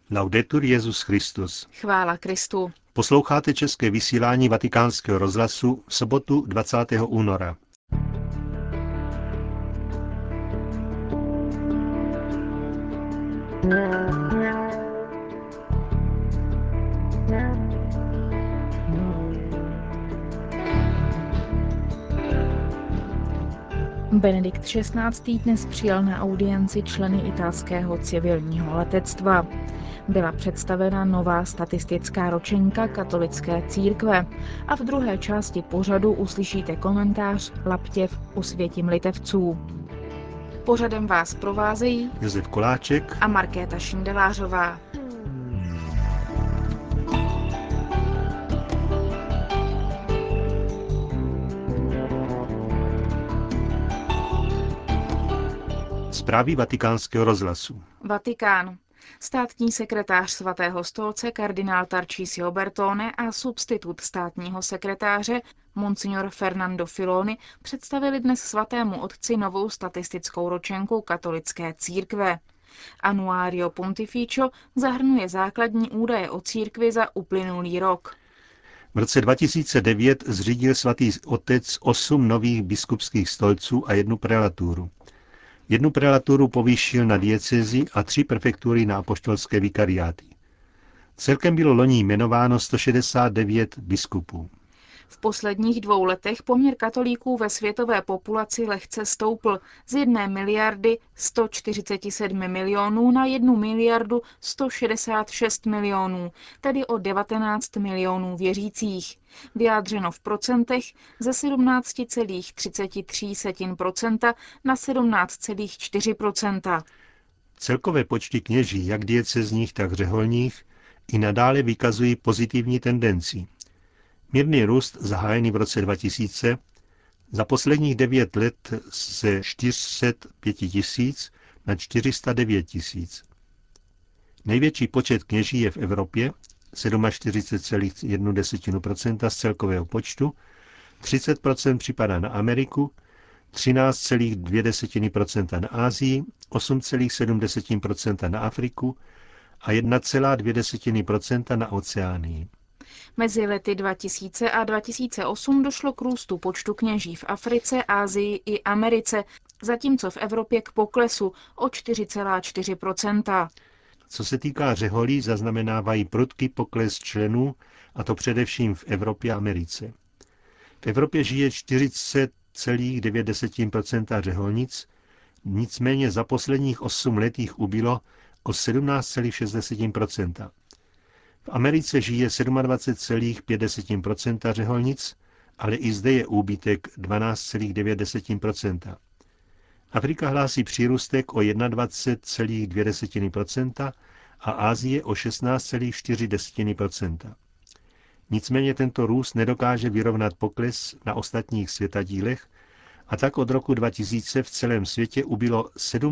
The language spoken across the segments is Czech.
Laudetur Jesus Christus. Chvála Kristu. Posloucháte české vysílání Vatikánského rozhlasu v sobotu 20. února. Benedikt XVI. Dnes přijal na audienci členy italského civilního letectva. Byla představena nová statistická ročenka katolické církve a v druhé části pořadu uslyšíte komentář Laptěv Osvětim Litevců. Pořadem vás provázejí Josef Koláček a Markéta Šindelářová. Zprávy Vatikánského rozhlasu. Vatikán. Státní sekretář Svatého stolce kardinál Tarcisio Bertone a substitut státního sekretáře Monsignor Fernando Filoni představili dnes Svatému otci novou statistickou ročenku katolické církve. Annuario Pontificio zahrnuje základní údaje o církvi za uplynulý rok. V roce 2009 zřídil svatý otec 8 nových biskupských stolců a 1 prelaturu. 1 prelaturu povýšil na diecézi a 3 prefektury na apoštolské vikariáty. Celkem bylo loni jmenováno 169 biskupů. V posledních 2 letech poměr katolíků ve světové populaci lehce stoupl z 1 miliardy 147 milionů na 1 miliardu 166 milionů, tedy o 19 milionů věřících. Vyjádřeno v procentech ze 17,33% na 17,4%. Celkové počty kněží, jak diecézních, tak řeholních, i nadále vykazují pozitivní tendenci. Mírný růst, zahájený v roce 2000, za posledních 9 let ze 405 tisíc na 409 tisíc. Největší počet kněží je v Evropě, 47,1% z celkového počtu, 30% připadá na Ameriku, 13,2% na Asii, 8,7% na Afriku a 1,2% na Oceánii. Mezi lety 2000 a 2008 došlo k růstu počtu kněží v Africe, Asii i Americe, zatímco v Evropě k poklesu o 4,4%. Co se týká řeholí, zaznamenávají prudký pokles členů, a to především v Evropě a Americe. V Evropě žije 40,9% řeholnic, nicméně za posledních 8 let jich ubylo o 17,6%. V Americe žije 27,5% řeholnic, ale i zde je úbytek 12,9%. Afrika hlásí přírůstek o 21,2% a Asie o 16,4%. Nicméně tento růst nedokáže vyrovnat pokles na ostatních světadílech a tak od roku 2000 v celém světě ubylo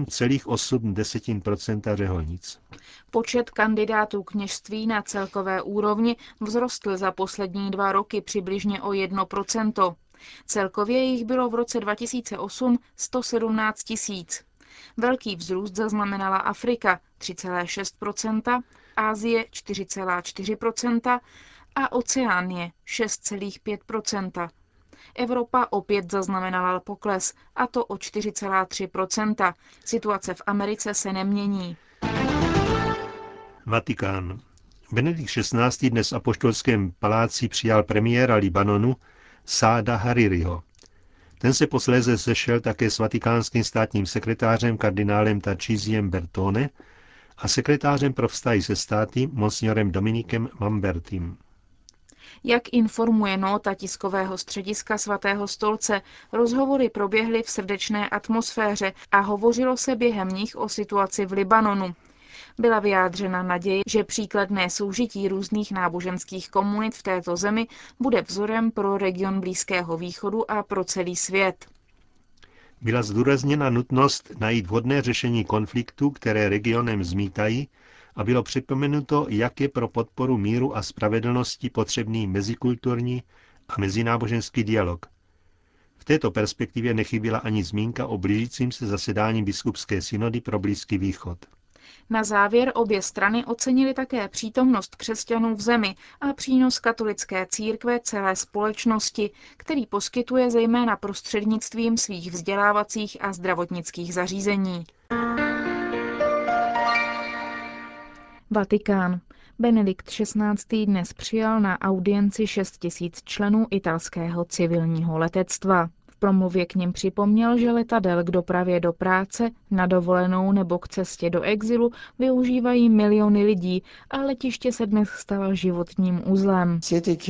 7,8% řeholnic. Počet kandidátů kněžství na celkové úrovni vzrostl za poslední 2 roky přibližně o 1%. Celkově jich bylo v roce 2008 117 tisíc. Velký vzrůst zaznamenala Afrika 3,6%, Asie 4,4% a Oceánie 6,5%. Evropa opět zaznamenala pokles, a to o 4,3%. Situace v Americe se nemění. Vatikán. Benedikt XVI. Dnes v apoštolském paláci přijal premiéra Libanonu Sáda Haririho. Ten se posléze sešel také s vatikánským státním sekretářem kardinálem Tarcisiem Bertone a sekretářem pro vztahy se státy monsignorem Dominikem Mambertim. Jak informuje nota tiskového střediska Svatého stolce, rozhovory proběhly v srdečné atmosféře a hovořilo se během nich o situaci v Libanonu. Byla vyjádřena naděje, že příkladné soužití různých náboženských komunit v této zemi bude vzorem pro region Blízkého východu a pro celý svět. Byla zdůrazněna nutnost najít vhodné řešení konfliktů, které regionem zmítají, a bylo připomenuto, jak je pro podporu míru a spravedlnosti potřebný mezikulturní a mezináboženský dialog. V této perspektivě nechyběla ani zmínka o blížícím se zasedání biskupské synody pro Blízký východ. Na závěr obě strany ocenily také přítomnost křesťanů v zemi a přínos katolické církve celé společnosti, který poskytuje zejména prostřednictvím svých vzdělávacích a zdravotnických zařízení. Vatikán. Benedikt XVI. Dnes přijal na audienci 6 000 členů italského civilního letectva. V promluvě k nim připomněl, že letadel k dopravě do práce, na dovolenou nebo k cestě do exilu využívají miliony lidí a letiště se dnes stalo životním uzlem.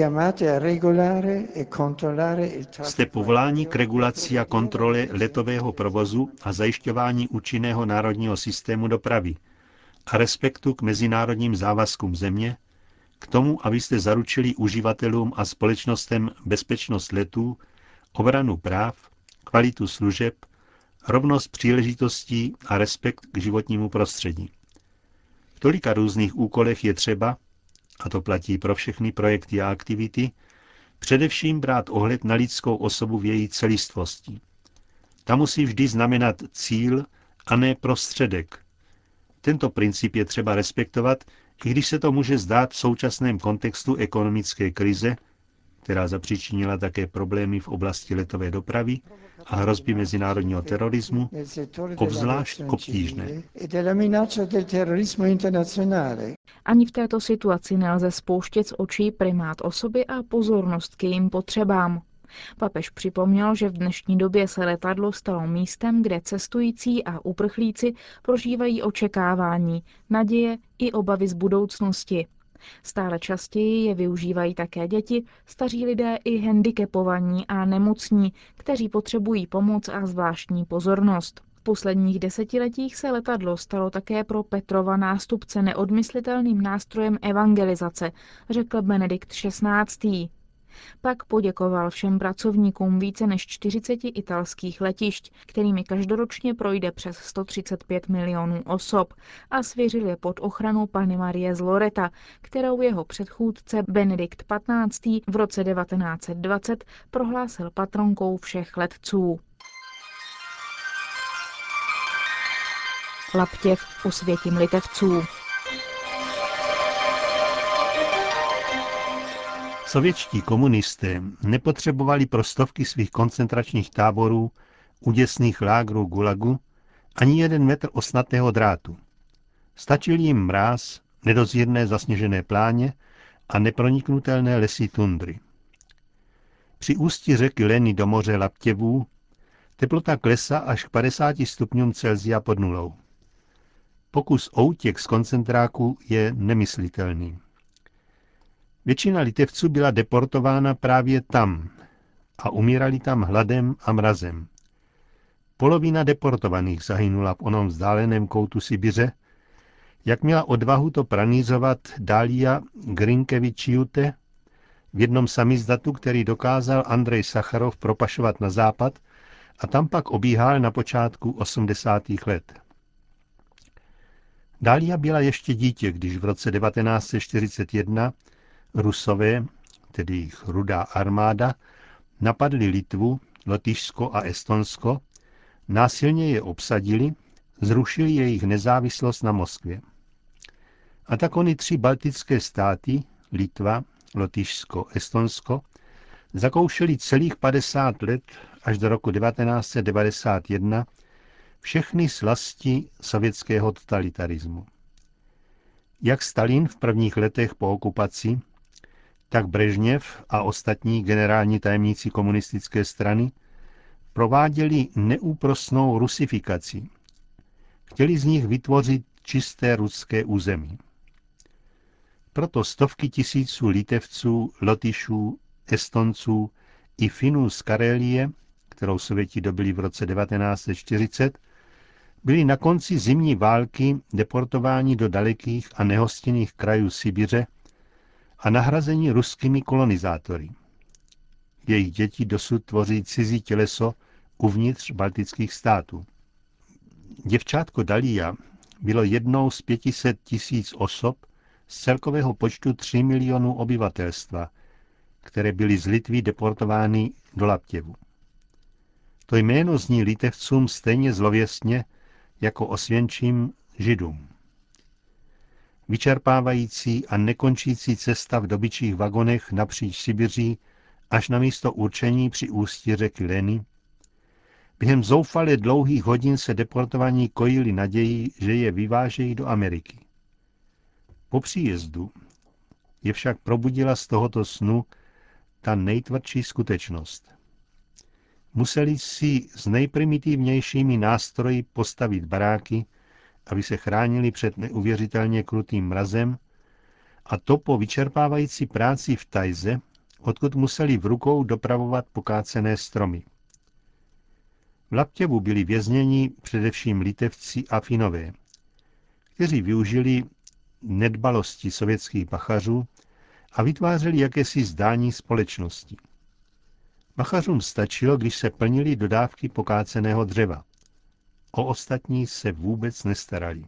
Jste povoláni k regulaci a kontrole letového provozu a zajišťování účinného národního systému dopravy a respektu k mezinárodním závazkům země, k tomu, abyste zaručili uživatelům a společnostem bezpečnost letů, obranu práv, kvalitu služeb, rovnost příležitostí a respekt k životnímu prostředí. V tolika různých úkolech je třeba, a to platí pro všechny projekty a aktivity, především brát ohled na lidskou osobu v její celistvosti. Ta musí vždy znamenat cíl a ne prostředek. Tento princip je třeba respektovat, i když se to může zdát v současném kontextu ekonomické krize, která zapříčinila také problémy v oblasti letové dopravy a hrozby mezinárodního terorismu, obzvlášť obtížné. Ani v této situaci nelze spouštět z očí primát osoby a pozornost k jejím potřebám. Papež připomněl, že v dnešní době se letadlo stalo místem, kde cestující a uprchlíci prožívají očekávání, naděje i obavy z budoucnosti. Stále častěji je využívají také děti, staří lidé i handicapovaní a nemocní, kteří potřebují pomoc a zvláštní pozornost. V posledních desetiletích se letadlo stalo také pro Petrova nástupce neodmyslitelným nástrojem evangelizace, řekl Benedikt XVI. Pak poděkoval všem pracovníkům více než 40 italských letišť, kterými každoročně projde přes 135 milionů osob, a svěřil je pod ochranu Panny Marie z Loreta, kterou jeho předchůdce Benedikt XV. V roce 1920 prohlásil patronkou všech letců. Laptěv usvětím litevců. Sovětští komunisté nepotřebovali pro stovky svých koncentračních táborů, úděsných lágrů gulagu, ani 1 metr ostnatého drátu. Stačil jim mráz, nedozírné zasněžené pláně a neproniknutelné lesy tundry. Při ústí řeky Leny do moře Laptěvů teplota klesá až k 50 stupňům Celsia pod nulou. Pokus o útěk z koncentráku je nemyslitelný. Většina Litevců byla deportována právě tam a umírali tam hladem a mrazem. Polovina deportovaných zahynula v onom vzdáleném koutu Sibiře, jak měla odvahu to pranýřovat Dalia Grinkevičiūtė v jednom samizdatu, který dokázal Andrej Sacharov propašovat na západ a tam pak obíhal na počátku 80. let. Dalia byla ještě dítě, když v roce 1941 Rusové, tedy jejich rudá armáda, napadli Litvu, Lotyšsko a Estonsko, násilně je obsadili, zrušili jejich nezávislost na Moskvě. A tak ony 3 baltické státy, Litva, Lotyšsko, Estonsko, zakoušeli celých 50 let až do roku 1991 všechny slasti sovětského totalitarismu. Jak Stalin v prvních letech po okupaci, tak Brežněv a ostatní generální tajemníci komunistické strany prováděli neúprosnou rusifikaci. Chtěli z nich vytvořit čisté ruské území. Proto stovky tisíců Litevců, Lotyšů, Estonců i Finů z Karélie, kterou Sověti dobyli v roce 1940, byli na konci zimní války deportováni do dalekých a nehostinných krajů Sibiře a nahrazeni ruskými kolonizátory. Jejich děti dosud tvoří cizí těleso uvnitř baltických států. Děvčátko Dalia bylo jednou z 500 000 osob z celkového počtu 3 milionů obyvatelstva, které byly z Litvy deportovány do Laptěvu. To jméno zní Litevcům stejně zlověstně jako Osvěnčim Židům. vyčerpávající a nekončící cesta v dobyčích vagonech napříč Sibiří až na místo určení při ústí řeky Leny. Během zoufale dlouhých hodin se deportovaní kojili naději, že je vyvážejí do Ameriky. Po příjezdu je však probudila z tohoto snu ta nejtvrdší skutečnost. Museli si s nejprimitivnějšími nástroji postavit baráky, aby se chránili před neuvěřitelně krutým mrazem, a to po vyčerpávající práci v Tajze, odkud museli v rukou dopravovat pokácené stromy. V Laptěvu byli vězněni především Litevci a Finové, kteří využili nedbalosti sovětských bachařů a vytvářeli jakési zdání společnosti. Bachařům stačilo, když se plnily dodávky pokáceného dřeva. O ostatní se vůbec nestarali.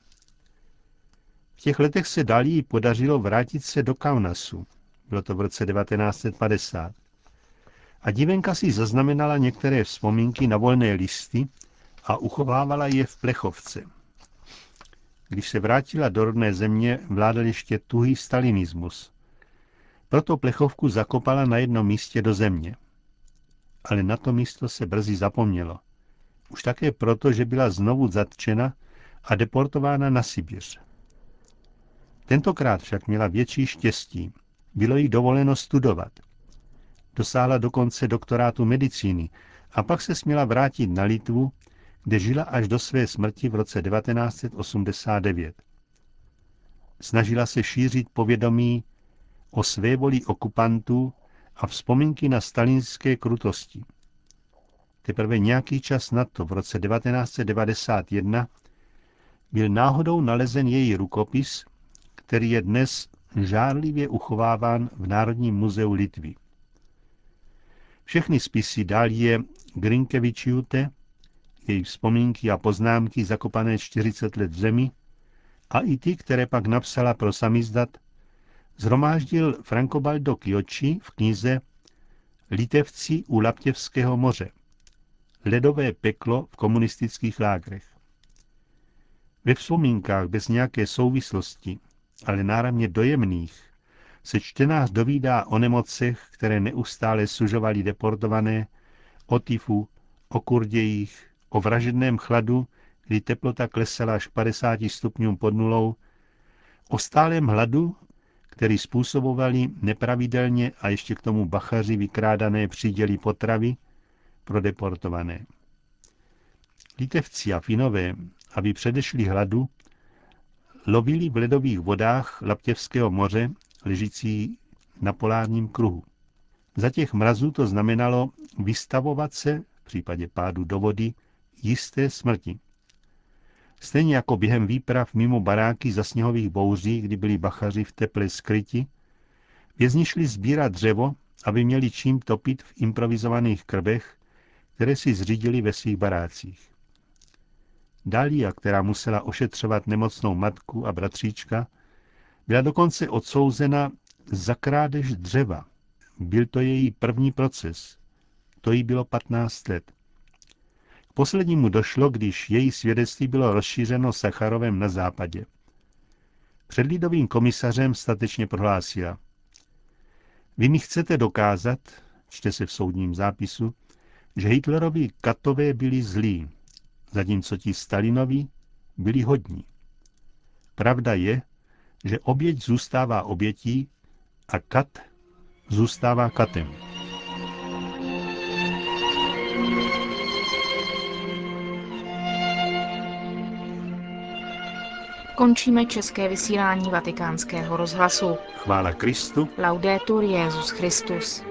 V těch letech se Dalí podařilo vrátit se do Kaunasu. Bylo to v roce 1950. A divenka si zaznamenala některé vzpomínky na volné listy a uchovávala je v plechovce. Když se vrátila do rodné země, vládal ještě tuhý stalinismus. Proto plechovku zakopala na jednom místě do země. Ale na to místo se brzy zapomnělo. Už také proto, že byla znovu zatčena a deportována na Sibiř. Tentokrát však měla větší štěstí. Bylo jí dovoleno studovat. Dosáhla dokonce doktorátu medicíny a pak se směla vrátit na Litvu, kde žila až do své smrti v roce 1989. Snažila se šířit povědomí o svévoli okupantů a vzpomínky na stalinské krutosti. Teprve nějaký čas na to, v roce 1991, byl náhodou nalezen její rukopis, který je dnes žárlivě uchováván v Národním muzeu Litvy. Všechny spisy Dalie Grinkevičiūtė, její vzpomínky a poznámky zakopané 40 let v zemi, a i ty, které pak napsala pro samizdat, shromáždil Francobaldo Chiocci v knize Litevci u Laptěvského moře. Ledové peklo v komunistických lágrech. Ve vzpomínkách bez nějaké souvislosti, ale náramně dojemných, se čtenář dovídá o nemocech, které neustále sužovaly deportované, o tyfu, o kurdějích, o vražedném chladu, kdy teplota klesala až 50 stupňům pod nulou, o stálém hladu, který způsobovali nepravidelně a ještě k tomu bachaři vykrádané příděly potravy pro deportované. Litevci a Finové, aby předešli hladu, lovili v ledových vodách Laptěvského moře, ležící na polárním kruhu. Za těch mrazů to znamenalo vystavovat se, v případě pádu do vody, jisté smrti. Stejně jako během výprav mimo baráky za sněhových bouří, kdy byli bachaři v teple skryti, vězni šli sbírat dřevo, aby měli čím topit v improvizovaných krbech, které si zřídili ve svých barácích. Dalia, která musela ošetřovat nemocnou matku a bratříčka, byla dokonce odsouzena za krádež dřeva. Byl to její první proces. To jí bylo 15 let. K poslednímu došlo, když její svědectví bylo rozšířeno Sacharovem na západě. Před lidovým komisařem statečně prohlásila: Vy mi chcete dokázat, čte se v soudním zápisu, že Hitlerovi katové byli zlí, zatímco ti Stalinovi byli hodní. Pravda je, že oběť zůstává obětí a kat zůstává katem. Končíme české vysílání Vatikánského rozhlasu. Chvála Kristu. Laudetur Jesus Christus.